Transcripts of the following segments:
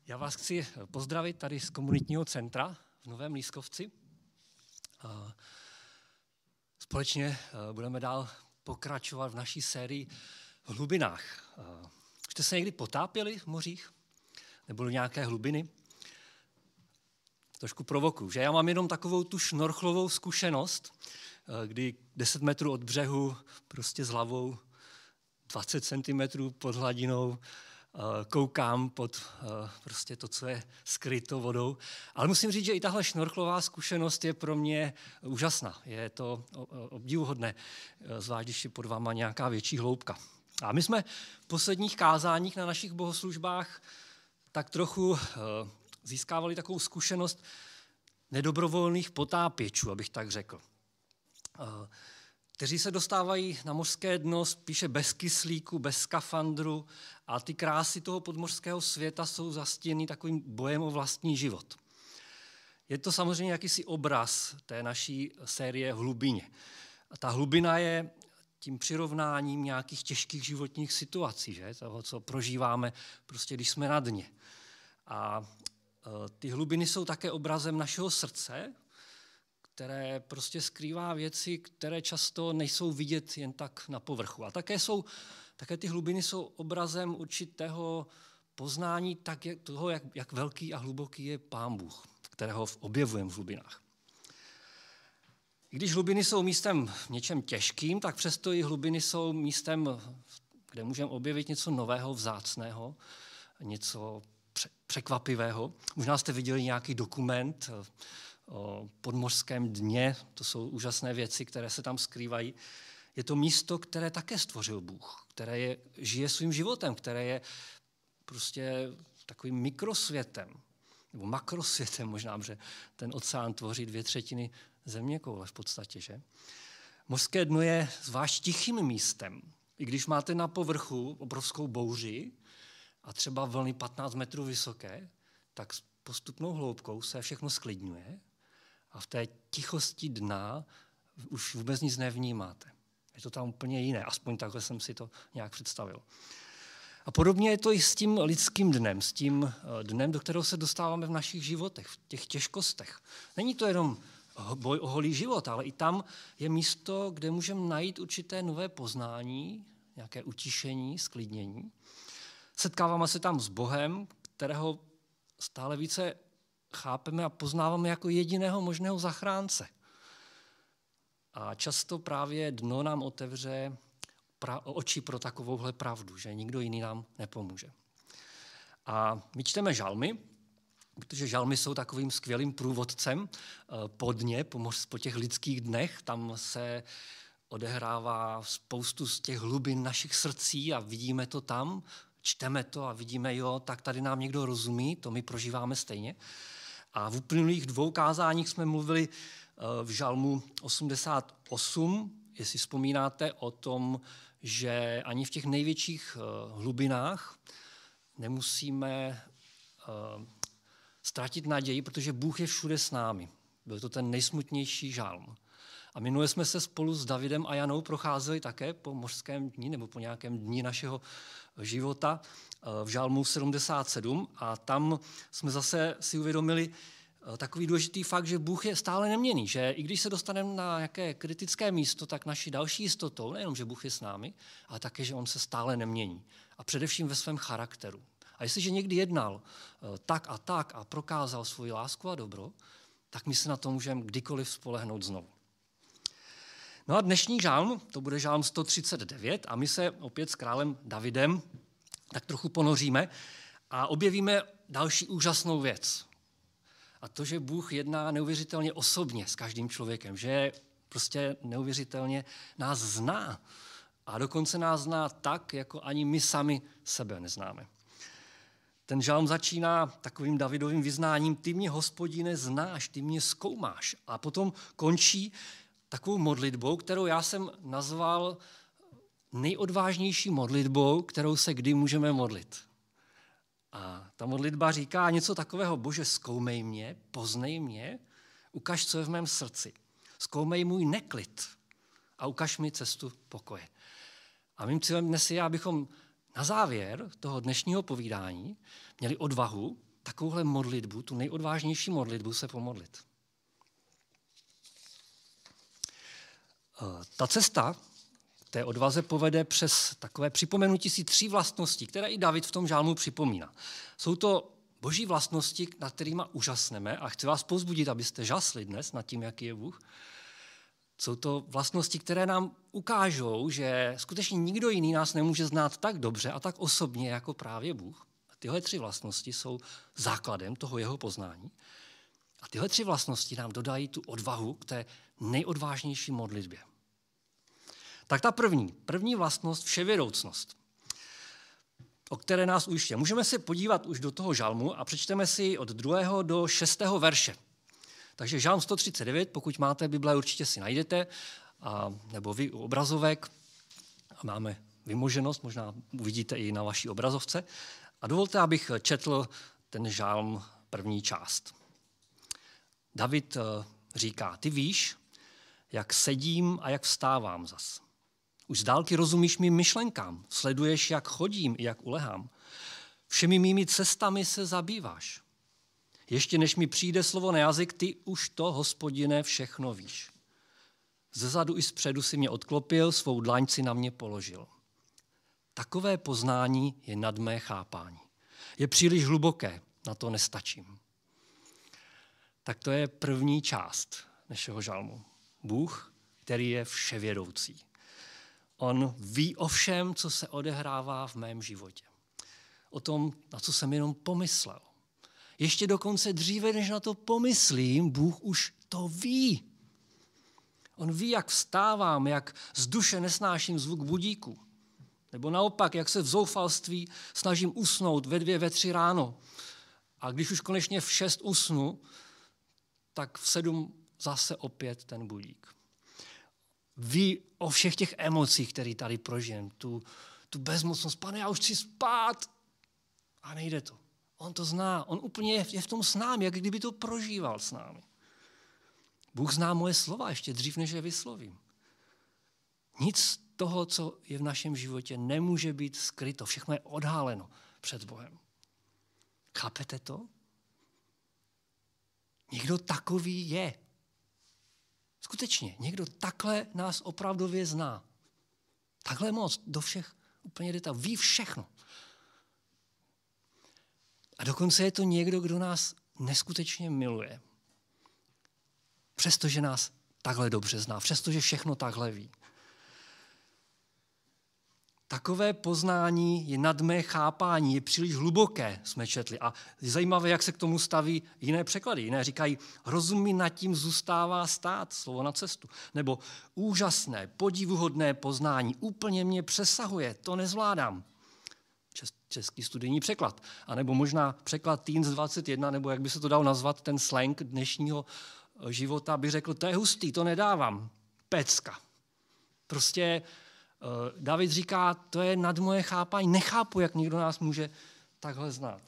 Já vás chci pozdravit tady z komunitního centra v Novém Lískovci. Společně budeme dál pokračovat v naší sérii v hlubinách. Už jste se někdy potápěli v mořích? Nebo nějaké hlubiny? Trošku provokuju, že? Já mám jenom takovou tu šnorchlovou zkušenost, kdy 10 metrů od břehu, prostě s hlavou 20 cm pod hladinou, koukám pod prostě to, co je skryto vodou. Ale musím říct, že i tahle šnorchlová zkušenost je pro mě úžasná. Je to obdivuhodné, zvlášť když je pod váma nějaká větší hloubka. A my jsme v posledních kázáních na našich bohoslužbách tak trochu získávali takovou zkušenost nedobrovolných potápěčů, abych tak řekl. Kteří se dostávají na mořské dno spíše bez kyslíku, bez skafandru a ty krásy toho podmořského světa jsou zastěny takovým bojem o vlastní život. Je to samozřejmě jakýsi obraz té naší série v hlubině. A ta hlubina je tím přirovnáním nějakých těžkých životních situací, že? Toho, co prožíváme, prostě když jsme na dně. A ty hlubiny jsou také obrazem našeho srdce, které prostě skrývá věci, které často nejsou vidět jen tak na povrchu. A také ty hlubiny jsou obrazem určitého poznání toho, jak velký a hluboký je Pán Bůh, kterého objevujeme v hlubinách. I když hlubiny jsou místem v něčem těžkým, tak přesto i hlubiny jsou místem, kde můžeme objevit něco nového, vzácného, něco překvapivého. Možná jste viděli nějaký dokument o podmořském dně, to jsou úžasné věci, které se tam skrývají. Je to místo, které také stvořil Bůh, které žije svým životem, které je prostě takovým mikrosvětem, nebo makrosvětem možná, že ten oceán tvoří 2/3 zeměkoule v podstatě, že? Mořské dno je zvlášť tichým místem. I když máte na povrchu obrovskou bouři a třeba vlny 15 metrů vysoké, tak s postupnou hloubkou se všechno sklidňuje a v té tichosti dna už vůbec nic nevnímáte. Je to tam úplně jiné, aspoň takhle jsem si to nějak představil. A podobně je to i s tím lidským dnem, s tím dnem, do kterého se dostáváme v našich životech, v těch těžkostech. Není to jenom boj o holý život, ale i tam je místo, kde můžeme najít určité nové poznání, nějaké utišení, sklidnění. Setkáváme se tam s Bohem, kterého stále více chápeme a poznáváme jako jediného možného zachránce. A často právě dno nám otevře oči pro takovouhle pravdu, že nikdo jiný nám nepomůže. A my čteme žalmy, protože žalmy jsou takovým skvělým průvodcem po dně, po těch lidských dnech. Tam se odehrává spoustu z těch hlubin našich srdcí a vidíme to tam, čteme to a vidíme, jo, tak tady nám někdo rozumí, to my prožíváme stejně. A v uplynulých 2 kázáních jsme mluvili v žalmu 88, jestli vzpomínáte, o tom, že ani v těch největších hlubinách nemusíme ztratit naději, protože Bůh je všude s námi. Byl to ten nejsmutnější žalm. A minule jsme se spolu s Davidem a Janou procházeli také po mořském dni nebo po nějakém dni našeho života v žalmu 77 a tam jsme zase si uvědomili takový důležitý fakt, že Bůh je stále neměnný, že i když se dostaneme na nějaké kritické místo, tak naší další jistotou, nejenom, že Bůh je s námi, ale také, že on se stále nemění. A především ve svém charakteru. A jestliže někdy jednal tak a prokázal svoji lásku a dobro, tak my se na to můžeme kdykoliv spolehnout znovu. No a dnešní žalm, to bude žalm 139 a my se opět s králem Davidem tak trochu ponoříme a objevíme další úžasnou věc. A to, že Bůh jedná neuvěřitelně osobně s každým člověkem, že prostě neuvěřitelně nás zná a dokonce nás zná tak, jako ani my sami sebe neznáme. Ten žalm začíná takovým Davidovým vyznáním, ty mě, Hospodine, znáš, ty mě zkoumáš. A potom končí takovou modlitbou, kterou já jsem nazval nejodvážnější modlitbou, kterou se kdy můžeme modlit. A ta modlitba říká něco takového, Bože, zkoumej mě, poznej mě, ukaž, co je v mém srdci. Zkoumej můj neklid a ukaž mi cestu pokoje. A mým cílem dnes je, abychom na závěr toho dnešního povídání měli odvahu takovouhle modlitbu, tu nejodvážnější modlitbu se pomodlit. Ta cesta té odvaze povede přes takové připomenutí si 3 vlastností, které i David v tom žálmu připomíná. Jsou to boží vlastnosti, nad kterými úžasneme, a chci vás povzbudit, abyste žasli dnes nad tím, jaký je Bůh. Jsou to vlastnosti, které nám ukážou, že skutečně nikdo jiný nás nemůže znát tak dobře a tak osobně jako právě Bůh. A tyhle 3 vlastnosti jsou základem toho jeho poznání. A tyhle 3 vlastnosti nám dodají tu odvahu k té nejodvážnější modlitbě. Tak ta první vlastnost, vševědoucnost, o které nás ujišťuje. Můžeme se podívat už do toho žalmu a přečteme si od 2. do 6. verše. Takže žalm 139, pokud máte Bible, určitě si najdete, nebo vy u obrazovek. Máme vymoženost, možná uvidíte i na vaší obrazovce. A dovolte, abych četl ten žalm první část. David říká, ty víš, jak sedím a jak vstávám zas. Už z dálky rozumíš mým myšlenkám, sleduješ, jak chodím i jak ulehám. Všemi mými cestami se zabýváš. Ještě než mi přijde slovo na jazyk, ty už to, Hospodine, všechno víš. Zezadu i zpředu si mě odklopil, svou dlaň si na mě položil. Takové poznání je nad mé chápání. Je příliš hluboké, na to nestačím. Tak to je první část našeho žalmu. Bůh, který je vševědoucí. On ví o všem, co se odehrává v mém životě. O tom, na co jsem jenom pomyslel. Ještě dokonce dříve, než na to pomyslím, Bůh už to ví. On ví, jak vstávám, jak z duše nesnáším zvuk budíku. Nebo naopak, jak se v zoufalství snažím usnout ve 2, ve 3 ráno. A když už konečně v 6 usnu, tak v 7 zase opět ten budík. Ví o všech těch emocích, které tady prožijem. Tu bezmocnost. Pane, já už chci spát. A nejde to. On to zná. On úplně je v tom s námi, jak kdyby to prožíval s námi. Bůh zná moje slova ještě dřív, než je vyslovím. Nic z toho, co je v našem životě, nemůže být skryto. Všechno je odhaleno před Bohem. Chápete to? Někdo takový je. Skutečně, někdo takhle nás opravdově zná. Takhle moc, do všech úplně detailů. Ví všechno. A dokonce je to někdo, kdo nás neskutečně miluje. Přestože nás takhle dobře zná, přestože všechno takhle ví. Takové poznání je nad mé chápání, je příliš hluboké, jsme četli. A je zajímavé, jak se k tomu staví jiné překlady. Jiné říkají, rozum mi nad tím zůstává stát, slovo na cestu. Nebo úžasné, podivuhodné poznání, úplně mě přesahuje, to nezvládám. Český studijní překlad. A nebo možná překlad Teens 21, nebo jak by se to dalo nazvat, ten slang dnešního života, by řekl, to je hustý, to nedávám. Pecka. Prostě David říká, to je nad moje chápání. Nechápu, jak někdo nás může takhle znát.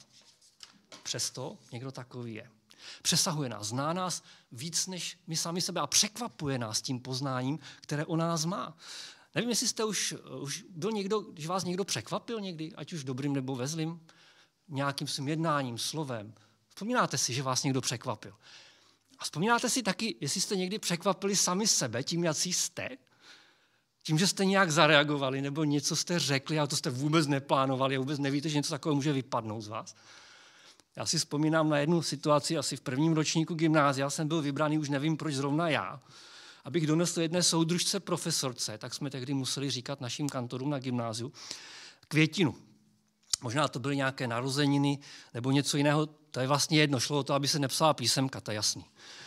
Přesto někdo takový je. Přesahuje nás, zná nás víc než my sami sebe a překvapuje nás tím poznáním, které o nás má. Nevím, jestli jste už byl někdo, když vás někdo překvapil někdy, ať už dobrým nebo ve zlým, nějakým svým jednáním, slovem. Vzpomínáte si, že vás někdo překvapil. A vzpomínáte si taky, jestli jste někdy překvapili sami sebe tím, jací jste, tím, že jste nějak zareagovali nebo něco jste řekli, ale to jste vůbec neplánovali a vůbec nevíte, že něco takového může vypadnout z vás. Já si vzpomínám na jednu situaci, asi v prvním ročníku gymnázia jsem byl vybraný, už nevím, proč zrovna já, abych donesl jedné soudružce profesorce, tak jsme tehdy museli říkat našim kantorům na gymnáziu, květinu. Možná to byly nějaké narozeniny nebo něco jiného, to je vlastně jedno, šlo o to, aby se nepsala písemka, to je jasný.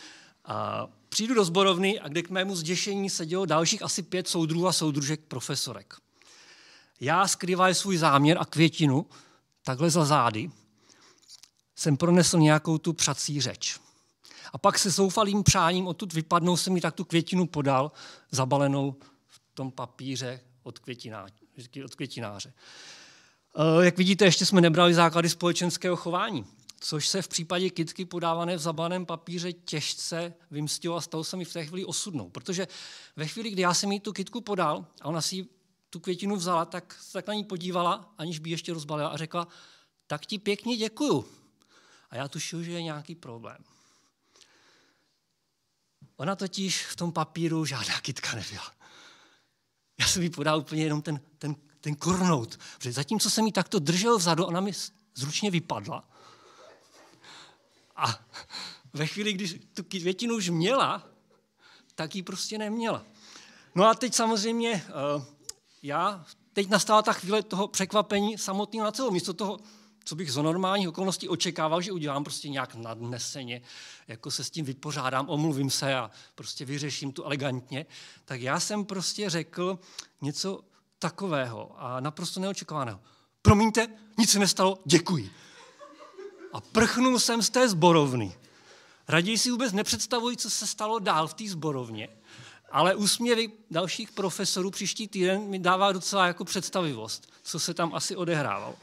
A přijdu do sborovny a kde k mému zděšení sedělo dalších asi 5 soudruhů a soudružek profesorek. Já skrýval svůj záměr a květinu, takhle za zády, jsem pronesl nějakou tu přací řeč. A pak se zoufalým přáním odtud vypadnou jsem mi tak tu květinu podal, zabalenou v tom papíře od květináře. Jak vidíte, ještě jsme nebrali základy společenského chování, což se v případě kytky podávané v zabaleném papíře těžce vymstilo a stalo se mi v té chvíli osudnou. Protože ve chvíli, kdy já jsem jí tu kytku podal a ona si tu květinu vzala, tak se na ní podívala, aniž by ještě rozbalila a řekla, tak ti pěkně děkuju. A já tušil, že je nějaký problém. Ona totiž v tom papíru žádná kytka nebyla. Já jsem jí podal úplně jenom ten kornout. Protože zatímco jsem jí takto držel vzadu, ona mi zručně vypadla. A ve chvíli, když tu květinu už měla, tak ji prostě neměla. No a teď samozřejmě teď nastala ta chvíle toho překvapení samotného na celou. Místo toho, co bych z normálních okolností očekával, že udělám prostě nějak nadneseně, jako se s tím vypořádám, omluvím se a prostě vyřeším to elegantně, tak já jsem prostě řekl něco takového a naprosto neočekávaného. Promiňte, nic se nestalo, děkuji. A prchnul jsem z té sborovny. Raději si vůbec nepředstavuji, co se stalo dál v té sborovně, ale úsměvy dalších profesorů příští týden mi dává docela jako představivost, co se tam asi odehrávalo.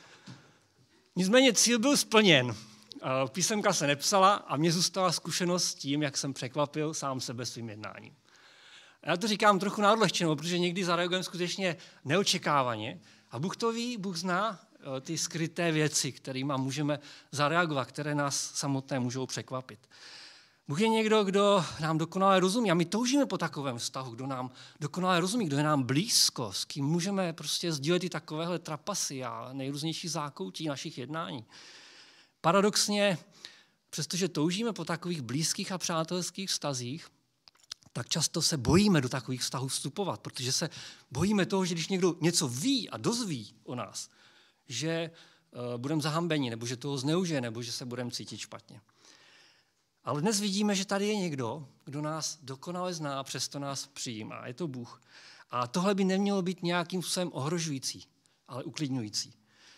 Nicméně cíl byl splněn. Písemka se nepsala a mě zůstala zkušenost s tím, jak jsem překvapil sám sebe svým jednáním. Já to říkám trochu na odlehčenou, protože někdy zareagujeme skutečně neočekávaně a Bůh to ví, Bůh zná ty skryté věci, kterými můžeme zareagovat, které nás samotné můžou překvapit. Bůh je někdo, kdo nám dokonale rozumí a my toužíme po takovém vztahu, kdo nám dokonale rozumí, kdo je nám blízko, s kým můžeme prostě sdílet i takovéhle trapasy a nejrůznější zákoutí našich jednání. Paradoxně, přestože toužíme po takových blízkých a přátelských vztazích, tak často se bojíme do takových vztahů vstupovat, protože se bojíme toho, že když někdo něco ví a dozví o nás, že budeme zahambeni, nebo že toho zneužije, nebo že se budeme cítit špatně. Ale dnes vidíme, že tady je někdo, kdo nás dokonale zná a přesto nás přijímá. Je to Bůh. A tohle by nemělo být nějakým způsobem ohrožující, ale uklidňující.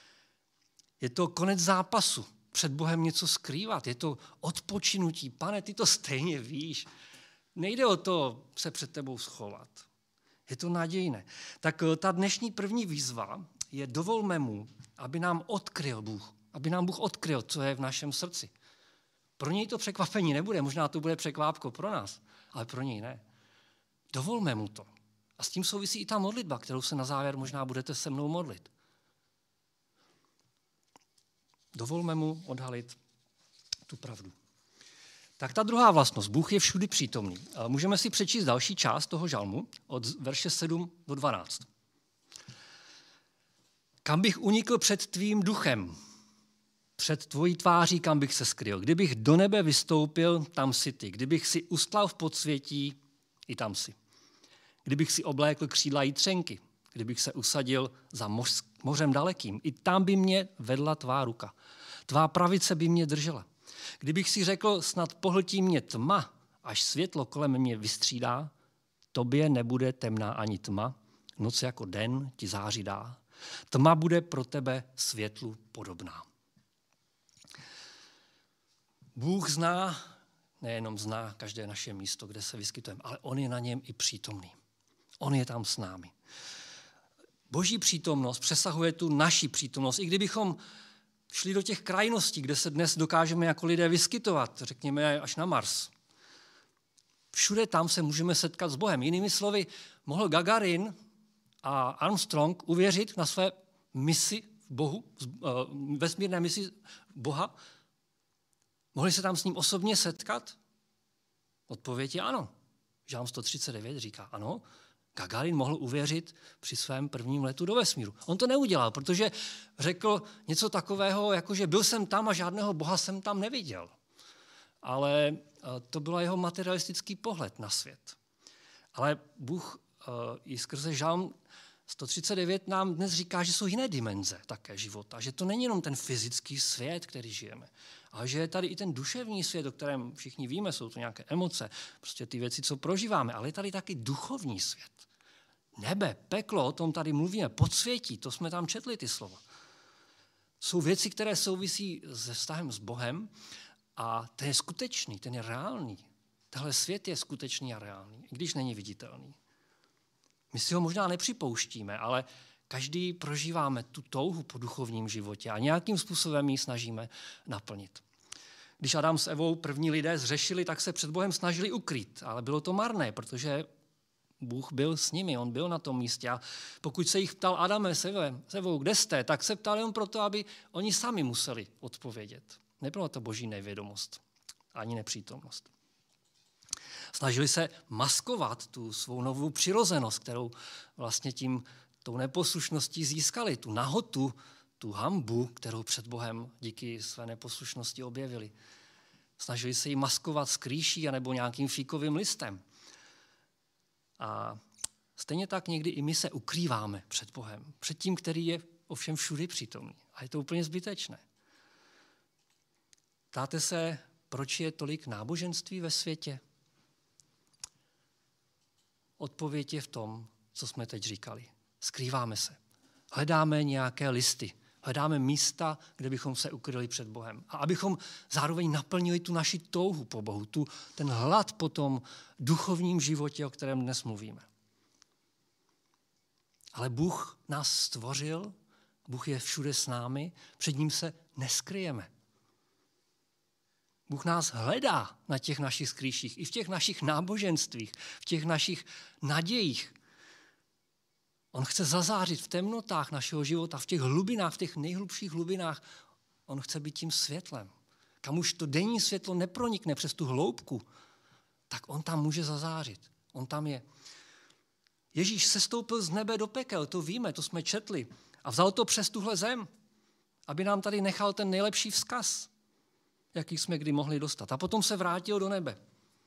Je to konec zápasu. Před Bohem něco skrývat. Je to odpočinutí. Pane, ty to stejně víš. Nejde o to se před tebou schovat. Je to nadějné. Tak ta dnešní první výzva je dovolme mu, aby nám odkryl Bůh. Aby nám Bůh odkryl, co je v našem srdci. Pro něj to překvapení nebude, možná to bude překvápko pro nás, ale pro něj ne. Dovolme mu to. A s tím souvisí i ta modlitba, kterou se na závěr možná budete se mnou modlit. Dovolme mu odhalit tu pravdu. Tak ta druhá vlastnost, Bůh je všudy přítomný. Můžeme si přečíst další část toho žalmu od verše 7 do 12. Kam bych unikl před tvým duchem? Před tvojí tváří, kam bych se skryl. Kdybych do nebe vystoupil, tam si ty. Kdybych si ustlal v podsvětí, i tam si. Kdybych si oblékl křídla jitřenky. Kdybych se usadil za mořem dalekým, i tam by mě vedla tvá ruka. Tvá pravice by mě držela. Kdybych si řekl, snad pohltí mě tma, až světlo kolem mě vystřídá, tobě nebude temná ani tma, noc jako den ti září dá. Tma bude pro tebe světlu podobná. Bůh zná, nejenom zná každé naše místo, kde se vyskytujeme, ale on je na něm i přítomný. On je tam s námi. Boží přítomnost přesahuje tu naši přítomnost. I kdybychom šli do těch krajností, kde se dnes dokážeme jako lidé vyskytovat, řekněme až na Mars. Všude tam se můžeme setkat s Bohem. Jinými slovy, mohl Gagarin a Armstrong uvěřit na své misi v Bohu, vesmírné misi Boha. Mohli se tam s ním osobně setkat? Odpověď je ano. Žálm 139 říká ano. Gagarin mohl uvěřit při svém prvním letu do vesmíru. On to neudělal, protože řekl něco takového, jako že byl jsem tam a žádného Boha jsem tam neviděl. Ale to byl jeho materialistický pohled na svět. Ale Bůh i skrze Žálm 139 nám dnes říká, že jsou jiné dimenze také života, že to není jenom ten fyzický svět, který žijeme, ale že je tady i ten duševní svět, o kterém všichni víme, jsou to nějaké emoce, prostě ty věci, co prožíváme, ale je tady taky duchovní svět. Nebe, peklo, o tom tady mluvíme, podsvětí, to jsme tam četli ty slova. Jsou věci, které souvisí se vztahem s Bohem a ten je skutečný, ten je reálný. Tenhle svět je skutečný a reálný, i když není viditelný. My si ho možná nepřipouštíme, ale každý prožíváme tu touhu po duchovním životě a nějakým způsobem ji snažíme naplnit. Když Adam s Evou první lidé zřešili, tak se před Bohem snažili ukrýt, ale bylo to marné, protože Bůh byl s nimi, on byl na tom místě. A pokud se jich ptal Adame, Sevou, kde jste, tak se ptal jen proto, aby oni sami museli odpovědět. Nebyla to boží nevědomost, ani nepřítomnost. Snažili se maskovat tu svou novou přirozenost, kterou vlastně tou neposlušností získali, tu nahotu, tu hanbu, kterou před Bohem díky své neposlušnosti objevili. Snažili se ji maskovat skrýší anebo nějakým fíkovým listem. A stejně tak někdy i my se ukrýváme před Bohem, před tím, který je ovšem všudy přítomný. A je to úplně zbytečné. Ptáte se, proč je tolik náboženství ve světě? Odpověď je v tom, co jsme teď říkali. Skrýváme se. Hledáme nějaké listy. Hledáme místa, kde bychom se ukryli před Bohem. A abychom zároveň naplnili tu naši touhu po Bohu, ten hlad po tom duchovním životě, o kterém dnes mluvíme. Ale Bůh nás stvořil, Bůh je všude s námi, před ním se neskryjeme. Bůh nás hledá na těch našich skrýších, i v těch našich náboženstvích, v těch našich nadějích. On chce zazářit v temnotách našeho života, v těch hlubinách, v těch nejhlubších hlubinách. On chce být tím světlem. Kam už to denní světlo nepronikne přes tu hloubku, tak on tam může zazářit. On tam je. Ježíš sestoupil z nebe do pekel, to víme, to jsme četli. A vzal to přes tuhle zem, aby nám tady nechal ten nejlepší vzkaz, jaký jsme kdy mohli dostat. A potom se vrátil do nebe.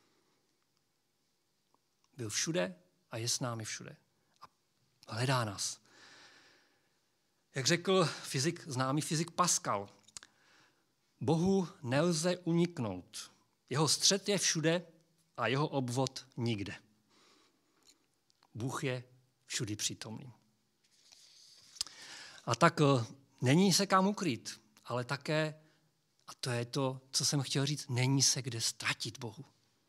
Byl všude a je s námi všude. A hledá nás. Jak řekl známý fyzik Pascal, Bohu nelze uniknout. Jeho střed je všude a jeho obvod nikde. Bůh je všudy přítomný. A tak není se kam ukrýt, ale také, a to je to, co jsem chtěl říct, není se kde ztratit Bohu.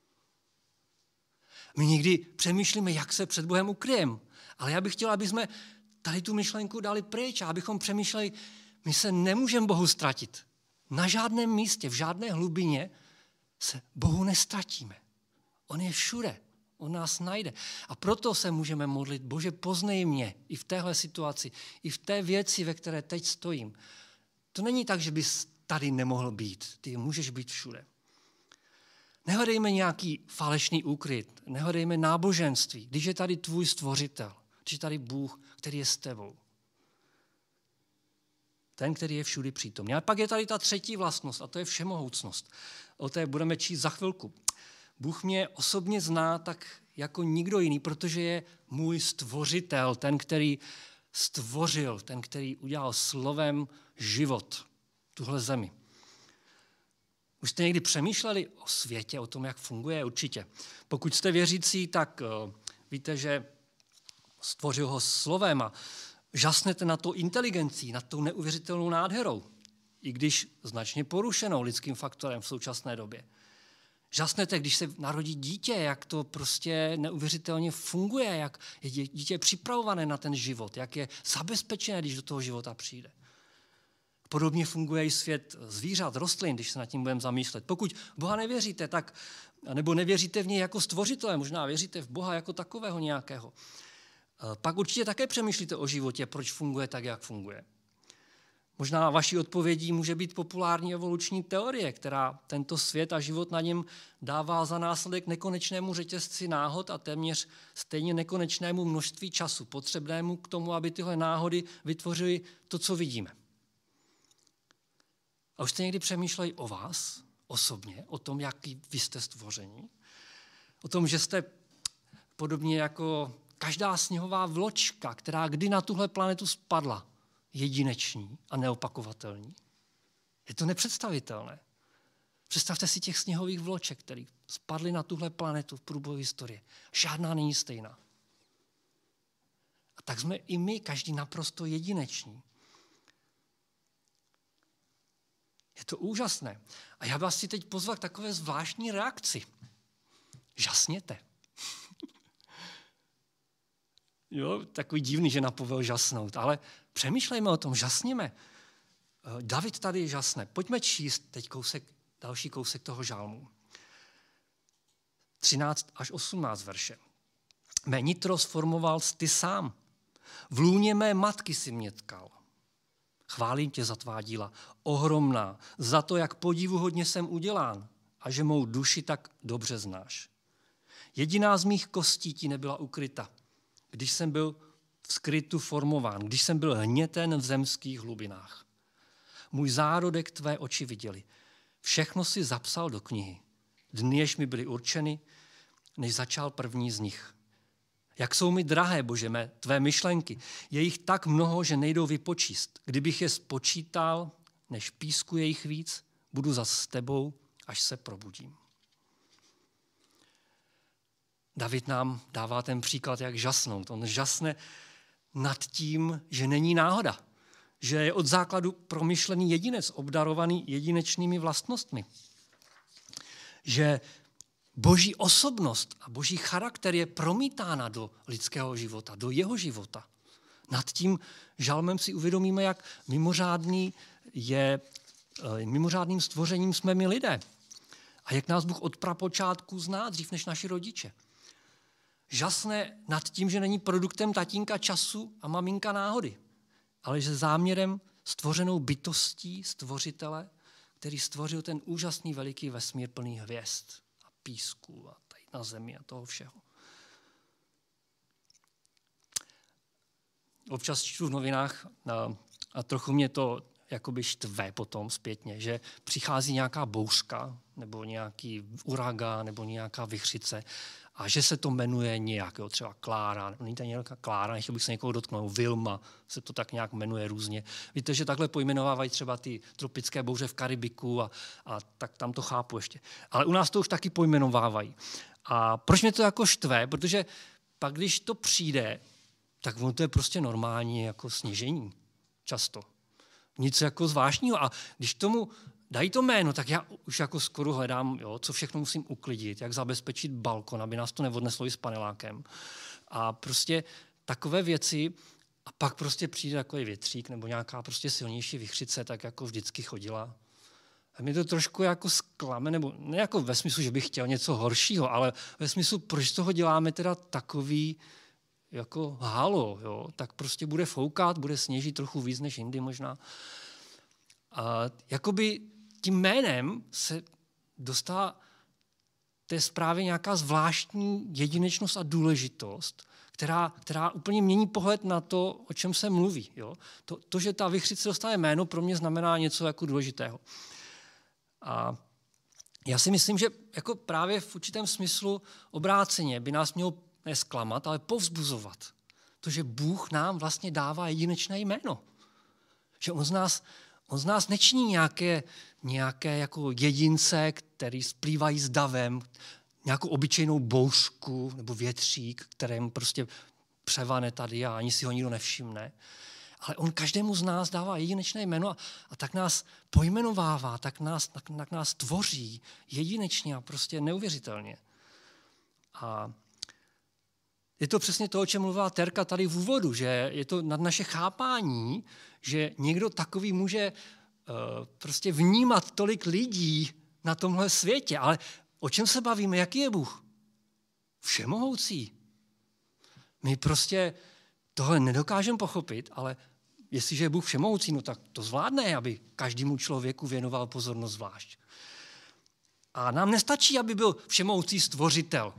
My někdy přemýšlíme, jak se před Bohem ukryjeme, ale já bych chtěl, aby jsme tady tu myšlenku dali pryč a abychom přemýšleli, my se nemůžeme Bohu ztratit. Na žádném místě, v žádné hlubině se Bohu nestratíme. On je všude, on nás najde. A proto se můžeme modlit, Bože, poznej mě i v téhle situaci, i v té věci, ve které teď stojím. To není tak, že bys tady nemohl být. Ty můžeš být všude. Nehledejme nějaký falešný úkryt, nehledejme náboženství, když je tady tvůj stvořitel, když je tady Bůh, který je s tebou. Ten, který je všudy přítomný. Ale pak je tady ta třetí vlastnost a to je všemohoucnost. O té budeme číst za chvilku. Bůh mě osobně zná tak jako nikdo jiný, protože je můj stvořitel, ten, který stvořil, ten, který udělal slovem život, tuhle zemi. Už jste někdy přemýšleli o světě, o tom, jak funguje? Určitě. Pokud jste věřící, tak víte, že stvořil ho slovem a žasnete nad tou inteligencí, nad tou neuvěřitelnou nádherou, i když značně porušenou lidským faktorem v současné době. Žasnete, když se narodí dítě, jak to prostě neuvěřitelně funguje, jak je dítě připravované na ten život, jak je zabezpečené, když do toho života přijde. Podobně funguje i svět zvířat, rostlin, když se nad tím budeme zamýšlet. Pokud Boha nevěříte, tak, nebo nevěříte v něj jako stvořitele, možná věříte v Boha jako takového nějakého, pak určitě také přemýšlíte o životě, proč funguje tak, jak funguje. Možná vaší odpovědí může být populární evoluční teorie, která tento svět a život na něm dává za následek nekonečnému řetězci náhod a téměř stejně nekonečnému množství času, potřebnému k tomu, aby tyhle náhody vytvořily to, co vidíme. A už jste někdy přemýšleli o vás osobně, o tom, jaký vy jste stvoření? O tom, že jste podobně jako každá sněhová vločka, která kdy na tuhle planetu spadla, jedineční a neopakovatelní? Je to nepředstavitelné. Představte si těch sněhových vloček, které spadly na tuhle planetu v průběhu historie. Žádná není stejná. A tak jsme i my, každý naprosto jedineční. Je to úžasné. A já vás chci teď pozvat k takové zvláštní reakci. Žasněte. Jo, takový divný, že napovel žasnout, ale přemýšlejme o tom, žasněme. David tady žasne. Pojďme číst teď další kousek toho žalmu. 13 až 18 verše. Mé nitro sformoval ty sám. V lůně mé matky si mě tkal. Chválím tě za tvá díla, ohromná, za to, jak podivuhodně jsem udělán a že mou duši tak dobře znáš. Jediná z mých kostí ti nebyla ukryta, když jsem byl v skrytu formován, když jsem byl hněten v zemských hlubinách. Můj zárodek tvé oči viděli. Všechno si zapsal do knihy. Dny, jež mi byly určeny, než začal první z nich. Jak jsou mi drahé, Bože mé, tvé myšlenky. Je jich tak mnoho, že nejdou vypočíst. Kdybych je spočítal, než písku je jich víc, budu zas s tebou, až se probudím. David nám dává ten příklad, jak žasnout. On žasne nad tím, že není náhoda, že je od základu promyšlený jedinec, obdarovaný jedinečnými vlastnostmi. Že Boží osobnost a Boží charakter je promítána do lidského života, do jeho života. Nad tím žalmem si uvědomíme, jak mimořádným stvořením jsme my lidé. A jak nás Bůh od prapočátku zná, dřív než naši rodiče. Žasne nad tím, že není produktem tatínka času a maminka náhody, ale že záměrem stvořenou bytostí stvořitele, který stvořil ten úžasný veliký vesmír plný hvězd a písku a tady na zemi a toho všeho. Občas čtu v novinách a trochu mě to jakoby štve potom zpětně, že přichází nějaká bouřka nebo nějaký uragán nebo nějaká vichřice a že se to jmenuje nějak, třeba Klára, není to nějaká Klára, nechtěl bych se někoho dotknout, Vilma, se to tak nějak jmenuje různě. Víte, že takhle pojmenovávají třeba ty tropické bouře v Karibiku a tak tam to chápu ještě. Ale u nás to už taky pojmenovávají. A proč mě to jako štve? Protože pak, když to přijde, tak ono to je prostě normální jako sněžení. Často. Nic jako zvláštního. A když tomu dají to jméno, tak já už jako skoro hledám, co všechno musím uklidit, jak zabezpečit balkon, aby nás to neodneslo i s panelákem. A prostě takové věci. A pak prostě přijde takový větřík nebo nějaká prostě silnější vichřice, tak jako vždycky chodila. A mě to trošku jako zklame, nebo ne jako ve smyslu, že bych chtěl něco horšího, ale ve smyslu, proč toho děláme teda takový jako halo, jo? Tak prostě bude foukat, bude sněžit trochu víc než jindy možná. A jakoby tím jménem se dostává té zprávě nějaká zvláštní jedinečnost a důležitost, která úplně mění pohled na to, o čem se mluví. Jo? To, že ta vichřice dostane jméno, pro mě znamená něco jako důležitého. A já si myslím, že jako právě v určitém smyslu obráceně by nás mělo nesklamat, ale povzbuzovat. To, že Bůh nám vlastně dává jedinečné jméno. Že on z nás nečiní nějaké jako jedince, který splývají s davem, nějakou obyčejnou bouřku nebo větřík, kterým prostě převane tady a ani si ho nikdo nevšimne. Ale on každému z nás dává jedinečné jméno a tak nás pojmenovává, tak nás tvoří jedinečně a prostě neuvěřitelně. A je to přesně to, o čem mluvila Terka tady v úvodu, že je to nad naše chápání, že někdo takový může prostě vnímat tolik lidí na tomhle světě. Ale o čem se bavíme? Jaký je Bůh? Všemohoucí. My prostě tohle nedokážeme pochopit, ale jestliže je Bůh všemohoucí, no tak to zvládne, aby každému člověku věnoval pozornost zvlášť. A nám nestačí, aby byl všemohoucí stvořitel.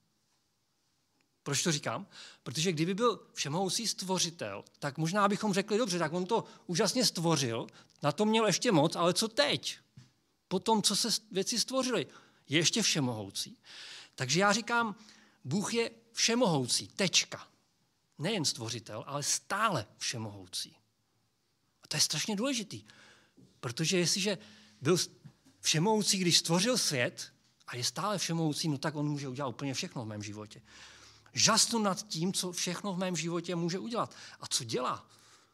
Proč to říkám? Protože kdyby byl všemohoucí stvořitel, tak možná bychom řekli, dobře, tak on to úžasně stvořil, na to měl ještě moc, ale co teď? Po tom, co se věci stvořily, je ještě všemohoucí. Takže já říkám, Bůh je všemohoucí, tečka. Nejen stvořitel, ale stále všemohoucí. A to je strašně důležitý, protože jestliže byl všemohoucí, když stvořil svět a je stále všemohoucí, no tak on může udělat úplně všechno v mém životě. Žasnu nad tím, co všechno v mém životě může udělat. A co dělá?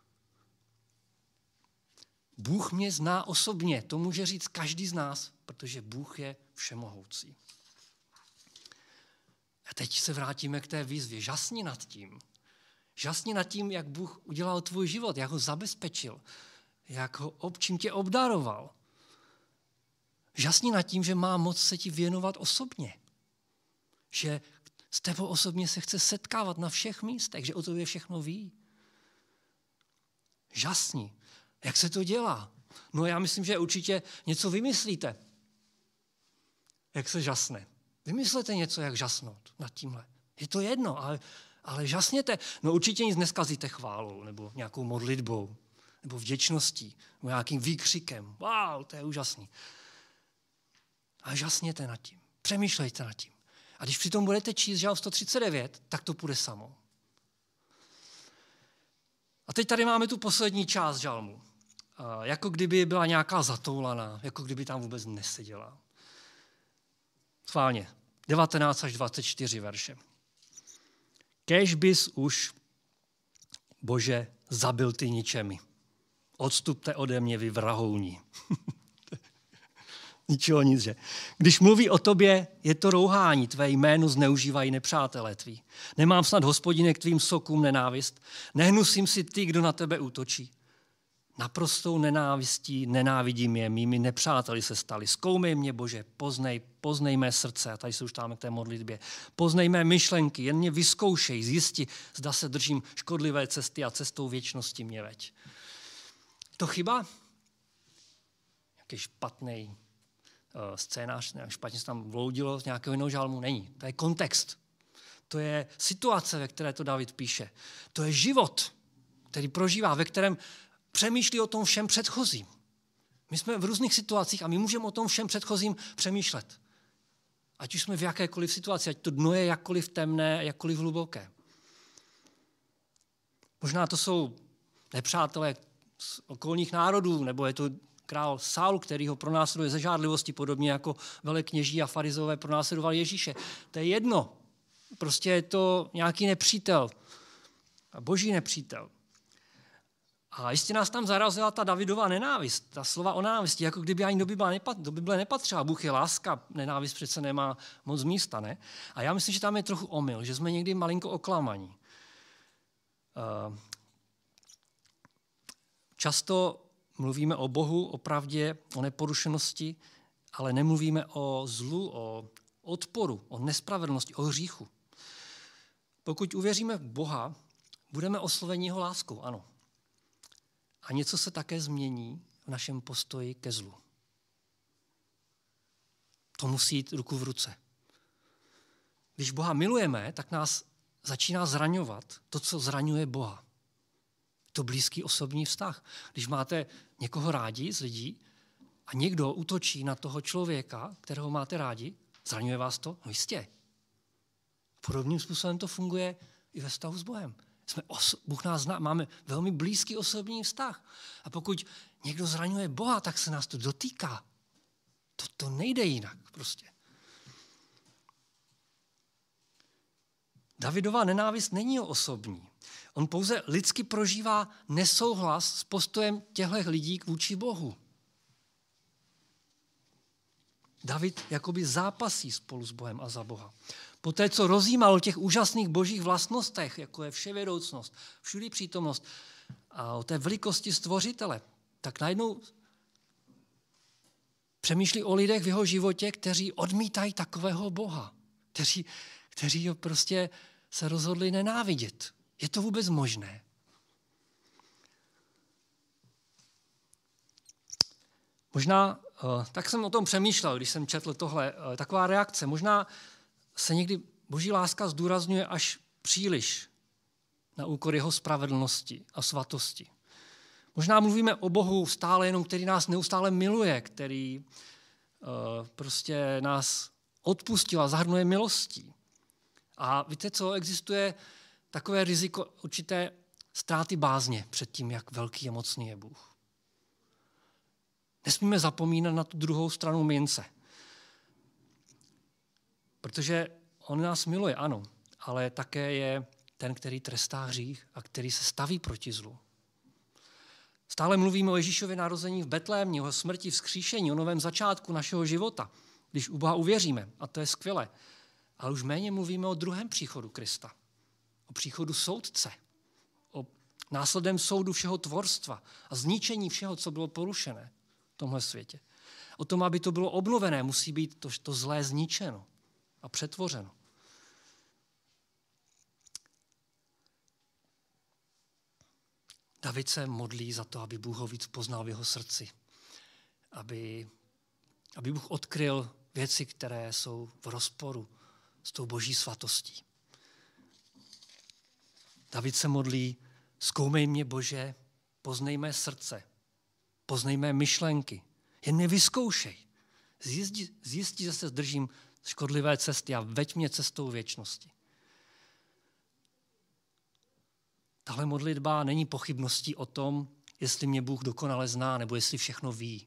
Bůh mě zná osobně, to může říct každý z nás, protože Bůh je všemohoucí. A teď se vrátíme k té výzvě. Žasni nad tím. Žasni nad tím, jak Bůh udělal tvůj život, jak ho zabezpečil, čím tě obdaroval. Žasni nad tím, že má moc se ti věnovat osobně. Že S tebou osobně se chce setkávat na všech místech, že o tobě všechno ví. Žasni. Jak se to dělá? No já myslím, že určitě něco vymyslíte. Jak se žasne. Vymyslete něco, jak žasnout nad tímhle. Je to jedno, ale žasněte. No určitě nic neskazíte chválou, nebo nějakou modlitbou, nebo vděčností, nebo nějakým výkřikem. Wow, to je úžasný. Ale žasněte nad tím. Přemýšlejte nad tím. A když přitom budete číst Žalm 139, tak to půjde samo. A teď tady máme tu poslední část žalmu. Jako kdyby byla nějaká zatoulaná, jako kdyby tam vůbec neseděla. Schválně. 19 až 24 verše. Kéž bys už, Bože, zabil ty ničemi. Odstupte ode mě, vy vrahouni. Ničeho nic, že? Když mluví o tobě, je to rouhání, tvé jméno zneužívají nepřátelé tví. Nemám snad, Hospodine, k tvým sokům nenávist. Nehnusím si ty, kdo na tebe útočí. Naprostou nenávistí nenávidím je, mými nepřáteli se stali. Zkoumej mě, Bože, poznej mé srdce, a tady se už dáme k té modlitbě. Poznej mé myšlenky, jen mě vyzkoušej, zjisti, zda se držím škodlivé cesty a cestou věčnosti mě veď. To chyba? Jaký špatný scénář, špatně se tam vloudilo z nějakého jiného žalmu? Není. To je kontext. To je situace, ve které to David píše. To je život, který prožívá, ve kterém přemýšlí o tom všem předchozím. My jsme v různých situacích a my můžeme o tom všem předchozím přemýšlet. Ať už jsme v jakékoliv situaci, ať to dno je jakkoliv temné, jakkoliv hluboké. Možná to jsou nepřátelé z okolních národů, nebo je to král Saul, který ho pronásleduje ze žádlivosti, podobně jako velekněží a farizové pronásledovali Ježíše. To je jedno. Prostě je to nějaký nepřítel. Boží nepřítel. A jistě nás tam zarazila ta Davidova nenávist, ta slova o nenávisti, jako kdyby ani do Bible nepatřila. Bůh je láska, nenávist přece nemá moc místa, ne? A já myslím, že tam je trochu omyl, že jsme někdy malinko oklamaní. Často mluvíme o Bohu, o pravdě, o neporušenosti, ale nemluvíme o zlu, o odporu, o nespravedlnosti, o hříchu. Pokud uvěříme v Boha, budeme osloveni jeho láskou, ano. A něco se také změní v našem postoji ke zlu. To musí jít ruku v ruce. Když Boha milujeme, tak nás začíná zraňovat to, co zraňuje Boha. To blízký osobní vztah. Když máte někoho rádi z lidí a někdo útočí na toho člověka, kterého máte rádi, zraňuje vás to? No jistě. Podobným způsobem to funguje i ve vztahu s Bohem. Bůh nás zná, máme velmi blízký osobní vztah. A pokud někdo zraňuje Boha, tak se nás to dotýká. To nejde jinak prostě. Davidova nenávist není osobní. On pouze lidsky prožívá nesouhlas s postojem těchto lidí vůči Bohu. David jakoby zápasí spolu s Bohem a za Boha. Poté, co rozjímal o těch úžasných božích vlastnostech, jako je vševědoucnost, všudy přítomnost a o té velikosti stvořitele, tak najednou přemýšlí o lidech v jeho životě, kteří odmítají takového Boha, kteří ho prostě se rozhodli nenávidět. Je to vůbec možné? Možná, tak jsem o tom přemýšlel, když jsem četl tohle, taková reakce. Možná se někdy boží láska zdůrazňuje až příliš na úkor jeho spravedlnosti a svatosti. Možná mluvíme o Bohu stále jenom, který nás neustále miluje, který prostě nás odpustil a zahrnuje milostí. A víte co, existuje takové riziko určité ztráty bázně před tím, jak velký a mocný je Bůh. Nesmíme zapomínat na tu druhou stranu mince. Protože on nás miluje, ano, ale také je ten, který trestá hřích a který se staví proti zlu. Stále mluvíme o Ježíšově narození v Betlémě, o jeho smrti, vzkříšení, o novém začátku našeho života, když u Boha uvěříme, a to je skvělé. Ale už méně mluvíme o druhém příchodu Krista, o příchodu soudce, o následném soudu všeho tvorstva a zničení všeho, co bylo porušené v tomhle světě. O tom, aby to bylo obnovené, musí být to zlé zničeno a přetvořeno. David se modlí za to, aby Bůh ho víc poznal v jeho srdci. Aby Bůh odkryl věci, které jsou v rozporu s tou boží svatostí. David se modlí, zkoumej mě, Bože, poznej mé srdce, poznej mé myšlenky, jen mě vyzkoušej. Zjistí, že se zdržím škodlivé cesty a veď mě cestou věčnosti. Tahle modlitba není pochybností o tom, jestli mě Bůh dokonale zná, nebo jestli všechno ví.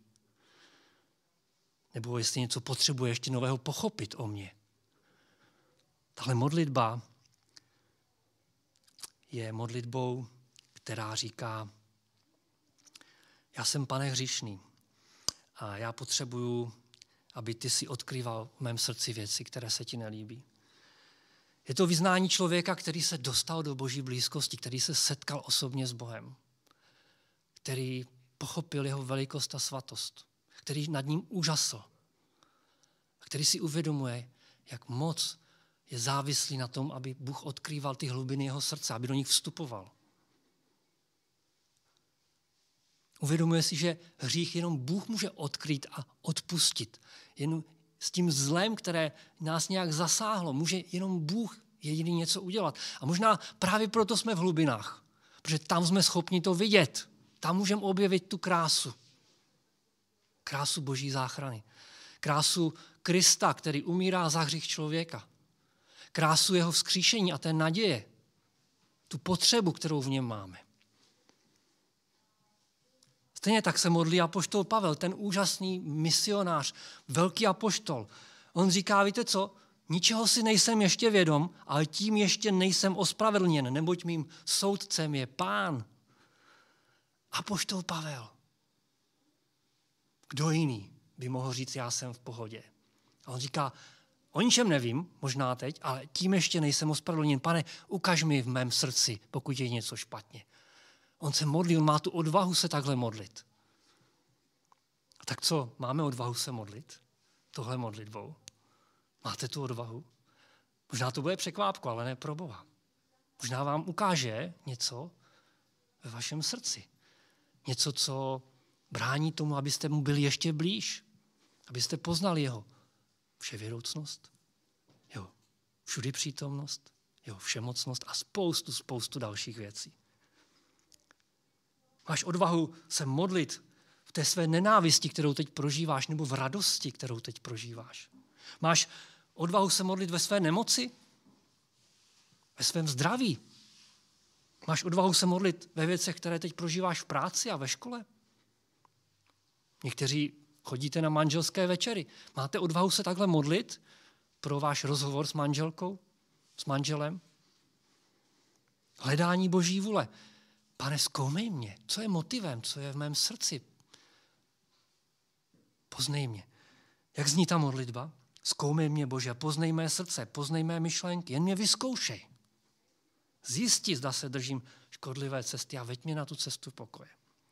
Nebo jestli něco potřebuje ještě nového pochopit o mně. Tahle modlitba je modlitbou, která říká, já jsem, Pane, hříšný a já potřebuju, aby ty si odkrýval v mém srdci věci, které se ti nelíbí. Je to vyznání člověka, který se dostal do boží blízkosti, který se setkal osobně s Bohem, který pochopil jeho velikost a svatost, který nad ním úžasl, který si uvědomuje, jak moc je závislý na tom, aby Bůh odkrýval ty hlubiny jeho srdce, aby do nich vstupoval. Uvědomuje si, že hřích jenom Bůh může odkrýt a odpustit. Jen s tím zlem, které nás nějak zasáhlo, může jenom Bůh jediný něco udělat. A možná právě proto jsme v hlubinách, protože tam jsme schopni to vidět. Tam můžeme objevit tu krásu. Krásu boží záchrany. Krásu Krista, který umírá za hřích člověka. Krásu jeho vzkříšení a té naděje. Tu potřebu, kterou v něm máme. Stejně tak se modlí apoštol Pavel, ten úžasný misionář, velký apoštol. On říká, víte co, ničeho si nejsem ještě vědom, ale tím ještě nejsem ospravedlněn, neboť mým soudcem je Pán. Apoštol Pavel. Kdo jiný by mohl říct, já jsem v pohodě? A on říká, o ničem nevím, možná teď, ale tím ještě nejsem ospravedlněn. Pane, ukaž mi v mém srdci, pokud je něco špatně. On se modlí, on má tu odvahu se takhle modlit. A tak co, máme odvahu se modlit? Tohle modlitbou? Máte tu odvahu? Možná to bude překvápko, ale ne pro Boha. Možná vám ukáže něco ve vašem srdci. Něco, co brání tomu, abyste mu byli ještě blíž. Abyste poznali jeho vševědoucnost, jeho všudy přítomnost, jeho všemocnost a spoustu dalších věcí. Máš odvahu se modlit v té své nenávisti, kterou teď prožíváš, nebo v radosti, kterou teď prožíváš. Máš odvahu se modlit ve své nemoci, ve svém zdraví. Máš odvahu se modlit ve věcech, které teď prožíváš v práci a ve škole. Někteří chodíte na manželské večery. Máte odvahu se takhle modlit pro váš rozhovor s manželkou, s manželem? Hledání boží vůle. Pane, zkoumej mě, co je motivem, co je v mém srdci. Poznej mě. Jak zní ta modlitba? Zkoumej mě, Bože, poznej mé srdce, poznej mé myšlenky, jen mě vyzkoušej. Zjistí, zda se držím škodlivé cesty a veď mě na tu cestu pokoje.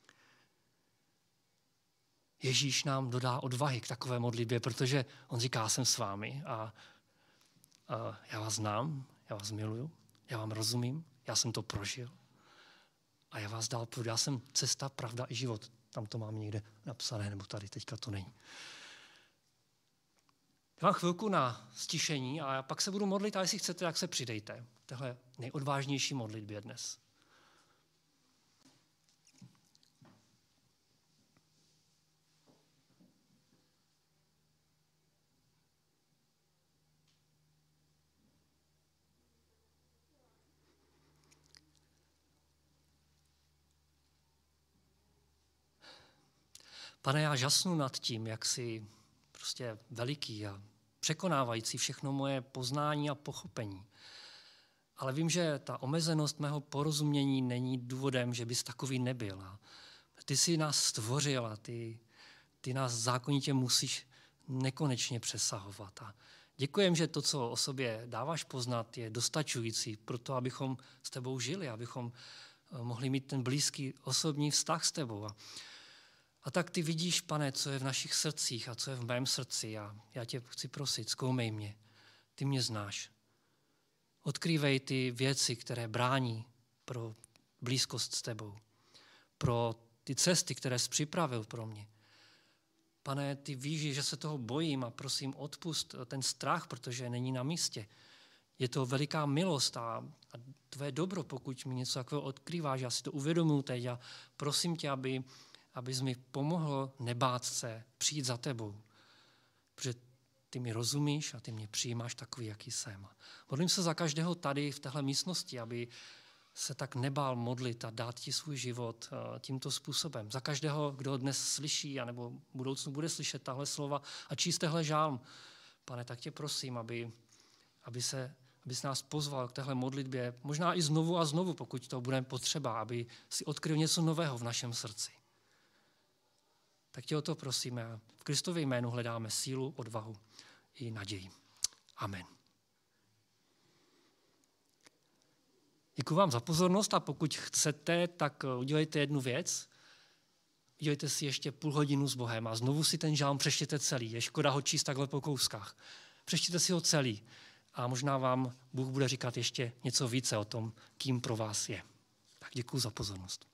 Ježíš nám dodá odvahy k takové modlitbě, protože on říká, jsem s vámi a já vás znám, já vás miluju, já vám rozumím, já jsem to prožil a já vás dál půjdu. Já jsem cesta, pravda i život. Tam to mám někde napsané, nebo tady teďka to není. Já mám chvilku na stišení a pak se budu modlit a jestli chcete, tak se přidejte. Tohle nejodvážnější modlitbě dnes. Pane, já žasnu nad tím, jak jsi prostě veliký a překonávající všechno moje poznání a pochopení. Ale vím, že ta omezenost mého porozumění není důvodem, že bys takový nebyl. A ty jsi nás stvořil a ty nás zákonitě musíš nekonečně přesahovat. A děkujem, že to, co o sobě dáváš poznat, je dostačující pro to, abychom s tebou žili, abychom mohli mít ten blízký osobní vztah s tebou. A tak ty vidíš, Pane, co je v našich srdcích a co je v mém srdci. A já tě chci prosit, zkoumej mě. Ty mě znáš. Odkrývej ty věci, které brání pro blízkost s tebou. pro ty cesty, které jsi připravil pro mě. Pane, ty víš, že se toho bojím a prosím odpust ten strach, protože není na místě. Je to veliká milost a tvé dobro, pokud mi něco takového odkrýváš. Já si to uvědomuji teď a prosím tě, abys mi pomohl nebát se, přijít za tebou. Protože ty mi rozumíš a ty mě přijímáš takový, jaký jsem. Modlím se za každého tady v téhle místnosti, aby se tak nebál modlit a dát ti svůj život tímto způsobem. Za každého, kdo dnes slyší, anebo v budoucnu bude slyšet tahle slova a číst tehle žálm. Pane, tak tě prosím, abys nás pozval k téhle modlitbě, možná i znovu a znovu, pokud to bude potřeba, aby si odkryl něco nového v našem srdci. Tak tě o to prosíme a v Kristově jménu hledáme sílu, odvahu i naději. Amen. Děkuji vám za pozornost a pokud chcete, tak udělejte jednu věc. Udělejte si ještě půl hodinu s Bohem a znovu si ten žálm přečtěte celý. Je škoda ho číst takhle po kouskách. Přečtěte si ho celý a možná vám Bůh bude říkat ještě něco více o tom, kým pro vás je. Tak děkuji za pozornost.